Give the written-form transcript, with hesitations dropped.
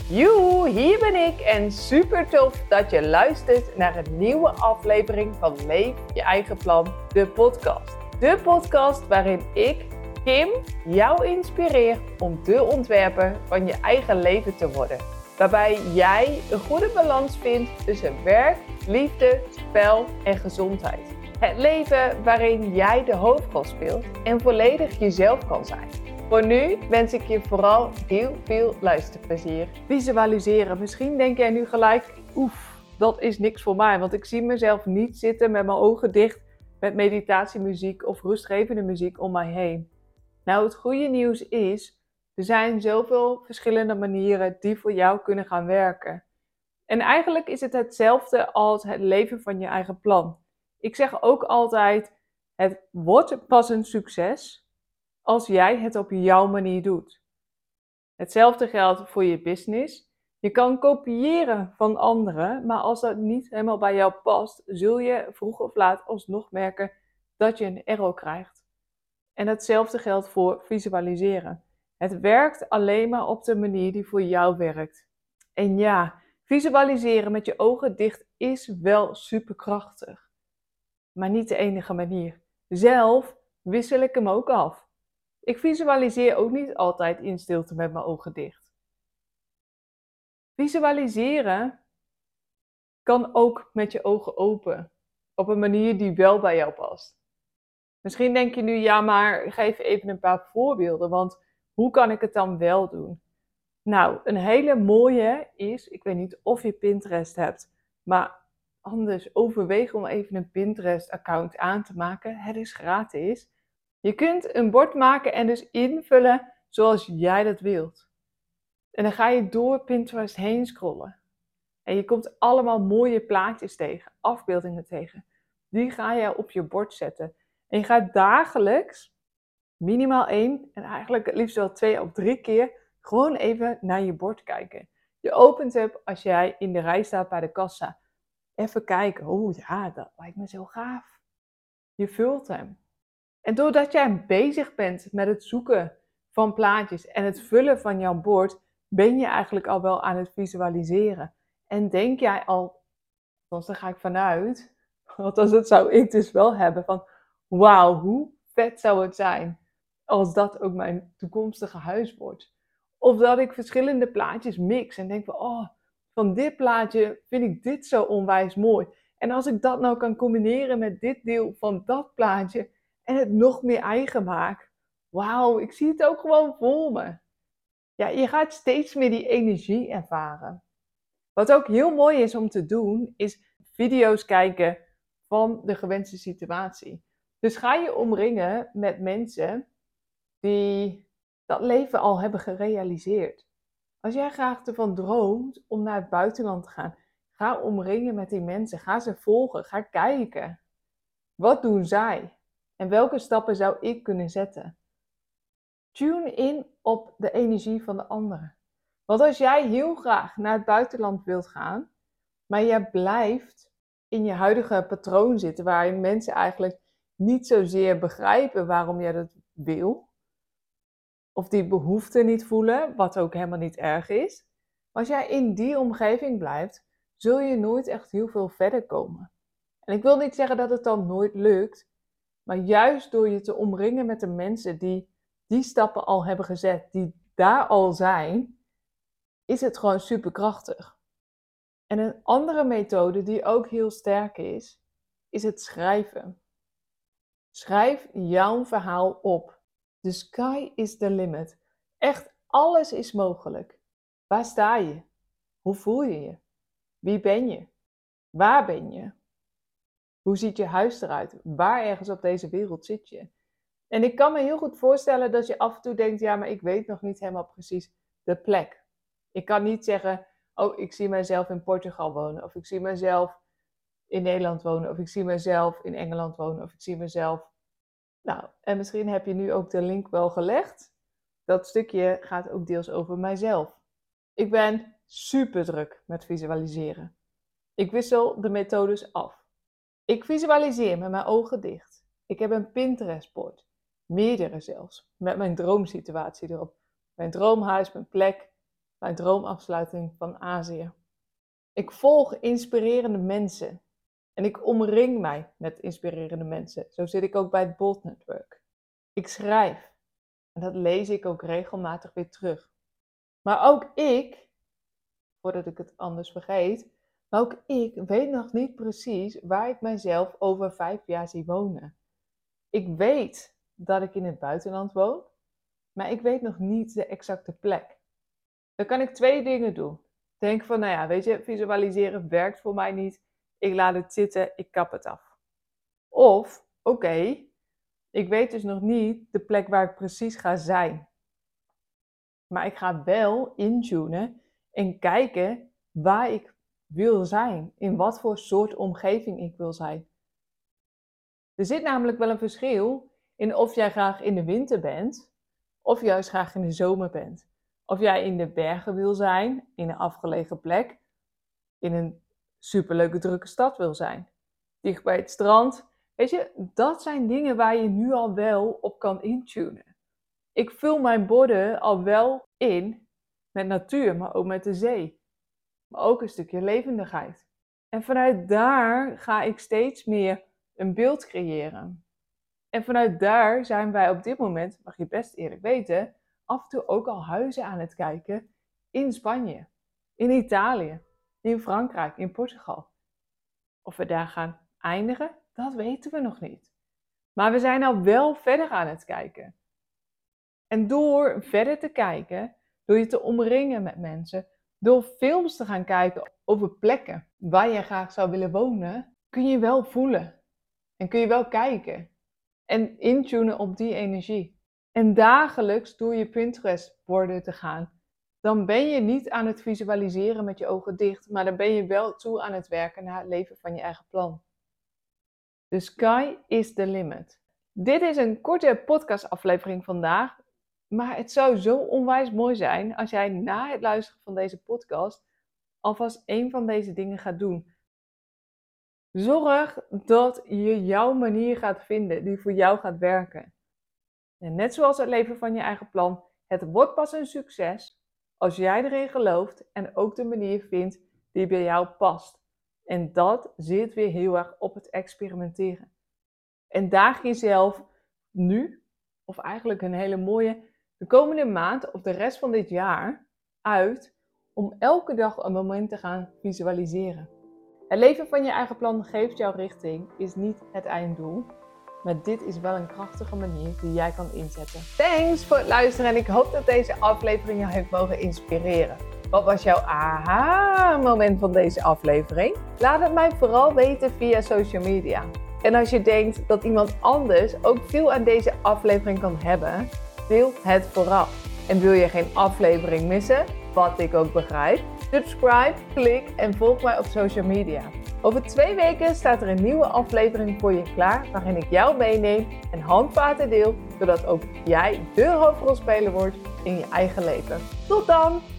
Joe, hier ben ik en super tof dat je luistert naar een nieuwe aflevering van Leef je eigen plan, de podcast. De podcast waarin ik, Kim, jou inspireer om de ontwerper van je eigen leven te worden. Waarbij jij een goede balans vindt tussen werk, liefde, spel en gezondheid. Het leven waarin jij de hoofdrol speelt en volledig jezelf kan zijn. Voor nu wens ik je vooral heel veel luisterplezier. Visualiseren. Misschien denk jij nu gelijk, dat is niks voor mij. Want ik zie mezelf niet zitten met mijn ogen dicht met meditatiemuziek of rustgevende muziek om mij heen. Nou, het goede nieuws is, er zijn zoveel verschillende manieren die voor jou kunnen gaan werken. En eigenlijk is het hetzelfde als het leven van je eigen plan. Ik zeg ook altijd, het wordt pas een succes als jij het op jouw manier doet. Hetzelfde geldt voor je business. Je kan kopiëren van anderen, maar als dat niet helemaal bij jou past, zul je vroeg of laat alsnog merken dat je een error krijgt. En hetzelfde geldt voor visualiseren. Het werkt alleen maar op de manier die voor jou werkt. En ja, visualiseren met je ogen dicht is wel superkrachtig. Maar niet de enige manier. Zelf wissel ik hem ook af. Ik visualiseer ook niet altijd in stilte met mijn ogen dicht. Visualiseren kan ook met je ogen open. Op een manier die wel bij jou past. Misschien denk je nu, ja maar geef even een paar voorbeelden, want hoe kan ik het dan wel doen? Nou, een hele mooie is, ik weet niet of je Pinterest hebt, maar anders overweeg om even een Pinterest-account aan te maken. Het is gratis. Je kunt een bord maken en dus invullen zoals jij dat wilt. En dan ga je door Pinterest heen scrollen. En je komt allemaal mooie plaatjes tegen, afbeeldingen tegen. Die ga je op je bord zetten. En je gaat dagelijks, minimaal 1 en eigenlijk het liefst wel 2 of 3 keer, gewoon even naar je bord kijken. Je opent het als jij in de rij staat bij de kassa. Even kijken, oh ja, dat lijkt me zo gaaf. Je vult hem. En doordat jij bezig bent met het zoeken van plaatjes en het vullen van jouw bord, ben je eigenlijk al wel aan het visualiseren. En denk jij al, althans daar ga ik vanuit, althans dat zou ik dus wel hebben, van wauw, hoe vet zou het zijn als dat ook mijn toekomstige huis wordt. Of dat ik verschillende plaatjes mix en denk van, van dit plaatje vind ik dit zo onwijs mooi. En als ik dat nou kan combineren met dit deel van dat plaatje en het nog meer eigen maak. Wauw, ik zie het ook gewoon voor me. Ja, je gaat steeds meer die energie ervaren. Wat ook heel mooi is om te doen, is video's kijken van de gewenste situatie. Dus ga je omringen met mensen die dat leven al hebben gerealiseerd. Als jij graag ervan droomt om naar het buitenland te gaan, ga omringen met die mensen. Ga ze volgen, ga kijken. Wat doen zij? En welke stappen zou ik kunnen zetten? Tune in op de energie van de anderen. Want als jij heel graag naar het buitenland wilt gaan, maar jij blijft in je huidige patroon zitten, waarin mensen eigenlijk niet zozeer begrijpen waarom jij dat wil, of die behoefte niet voelen, wat ook helemaal niet erg is. Als jij in die omgeving blijft, zul je nooit echt heel veel verder komen. En ik wil niet zeggen dat het dan nooit lukt, maar juist door je te omringen met de mensen die die stappen al hebben gezet, die daar al zijn, is het gewoon superkrachtig. En een andere methode die ook heel sterk is het schrijven. Schrijf jouw verhaal op. The sky is the limit. Echt alles is mogelijk. Waar sta je? Hoe voel je je? Wie ben je? Waar ben je? Hoe ziet je huis eruit? Waar ergens op deze wereld zit je? En ik kan me heel goed voorstellen dat je af en toe denkt, ja, maar ik weet nog niet helemaal precies de plek. Ik kan niet zeggen, ik zie mezelf in Portugal wonen, of ik zie mezelf in Nederland wonen, of ik zie mezelf in Engeland wonen, of ik zie mezelf... Nou, en misschien heb je nu ook de link wel gelegd. Dat stukje gaat ook deels over mijzelf. Ik ben super druk met visualiseren. Ik wissel de methodes af. Ik visualiseer met mijn ogen dicht. Ik heb een Pinterest-bord. Meerdere zelfs. Met mijn droomsituatie erop. Mijn droomhuis, mijn plek. mijn droomafsluiting van Azië. Ik volg inspirerende mensen. En ik omring mij met inspirerende mensen. Zo zit ik ook bij het Bold Network. Ik schrijf. En dat lees ik ook regelmatig weer terug. Maar ook ik, voordat ik het anders vergeet, maar ook ik weet nog niet precies waar ik mijzelf over 5 jaar zie wonen. Ik weet dat ik in het buitenland woon, maar ik weet nog niet de exacte plek. Dan kan ik 2 dingen doen. Denk van, nou ja, weet je, visualiseren werkt voor mij niet. Ik laat het zitten, ik kap het af. Of, oké, ik weet dus nog niet de plek waar ik precies ga zijn. Maar ik ga wel intunen en kijken waar ik wil zijn. In wat voor soort omgeving ik wil zijn. Er zit namelijk wel een verschil in of jij graag in de winter bent, of juist graag in de zomer bent. Of jij in de bergen wil zijn, in een afgelegen plek, in een superleuke drukke stad wil zijn. Dicht bij het strand. Weet je, dat zijn dingen waar je nu al wel op kan intunen. Ik vul mijn borden al wel in met natuur, maar ook met de zee. Maar ook een stukje levendigheid. En vanuit daar ga ik steeds meer een beeld creëren. En vanuit daar zijn wij op dit moment, mag je best eerlijk weten, af en toe ook al huizen aan het kijken in Spanje, in Italië, in Frankrijk, in Portugal. Of we daar gaan eindigen, dat weten we nog niet. Maar we zijn al wel verder aan het kijken. En door verder te kijken, door je te omringen met mensen, door films te gaan kijken over plekken waar je graag zou willen wonen, kun je wel voelen. En kun je wel kijken. En intunen op die energie. En dagelijks door je Pinterest-borden te gaan. Dan ben je niet aan het visualiseren met je ogen dicht, maar dan ben je wel toe aan het werken naar het leven van je eigen plan. The sky is the limit. Dit is een korte podcastaflevering vandaag, maar het zou zo onwijs mooi zijn als jij na het luisteren van deze podcast alvast één van deze dingen gaat doen. Zorg dat je jouw manier gaat vinden die voor jou gaat werken. En net zoals het leven van je eigen plan, het wordt pas een succes als jij erin gelooft en ook de manier vindt die bij jou past. En dat zit weer heel erg op het experimenteren. En daag jezelf nu, of eigenlijk een hele mooie, de komende maand of de rest van dit jaar uit om elke dag een moment te gaan visualiseren. Het leven van je eigen plan geeft jou richting, is niet het einddoel. Maar dit is wel een krachtige manier die jij kan inzetten. Thanks voor het luisteren en ik hoop dat deze aflevering jou heeft mogen inspireren. Wat was jouw aha-moment van deze aflevering? Laat het mij vooral weten via social media. En als je denkt dat iemand anders ook veel aan deze aflevering kan hebben, deel het vooral. En wil je geen aflevering missen, wat ik ook begrijp, subscribe, klik en volg mij op social media. Over 2 weken staat er een nieuwe aflevering voor je klaar, waarin ik jou meeneem en handvaten deel, zodat ook jij de hoofdrolspeler wordt in je eigen leven. Tot dan!